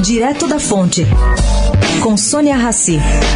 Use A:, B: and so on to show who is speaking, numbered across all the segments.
A: Direto da Fonte, com Sônia Rassi.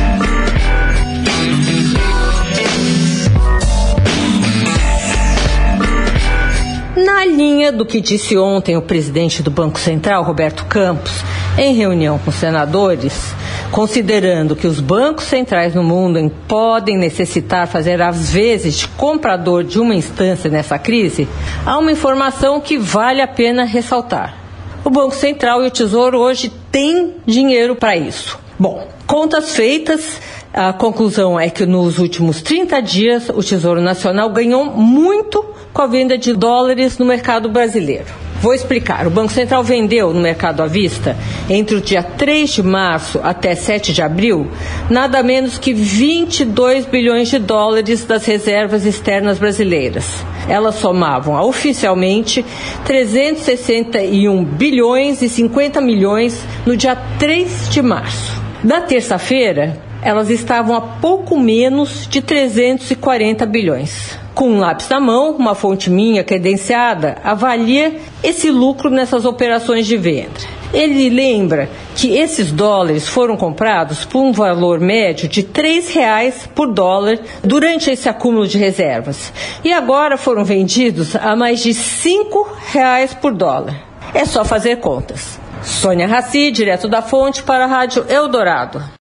B: Na linha do que disse ontem o presidente do Banco Central, Roberto Campos, em reunião com senadores, considerando que os bancos centrais no mundo podem necessitar fazer as vezes de comprador de uma instância nessa crise, há uma informação que vale a pena ressaltar. O Banco Central e o Tesouro hoje têm dinheiro para isso. Bom, contas feitas, a conclusão é que nos últimos 30 dias o Tesouro Nacional ganhou muito com a venda de dólares no mercado brasileiro. Vou explicar. O Banco Central vendeu no mercado à vista, entre o dia 3 de março até 7 de abril, nada menos que 22 bilhões de dólares das reservas externas brasileiras. Elas somavam, oficialmente, 361 bilhões e 50 milhões no dia 3 de março. Na terça-feira, elas estavam a pouco menos de 340 bilhões. Com um lápis na mão, uma fonte minha credenciada avalia esse lucro nessas operações de venda. Ele lembra que esses dólares foram comprados por um valor médio de R$ 3,00 por dólar durante esse acúmulo de reservas. E agora foram vendidos a mais de R$ 5,00 por dólar. É só fazer contas. Sônia Rassi, direto da Fonte, para a Rádio Eldorado.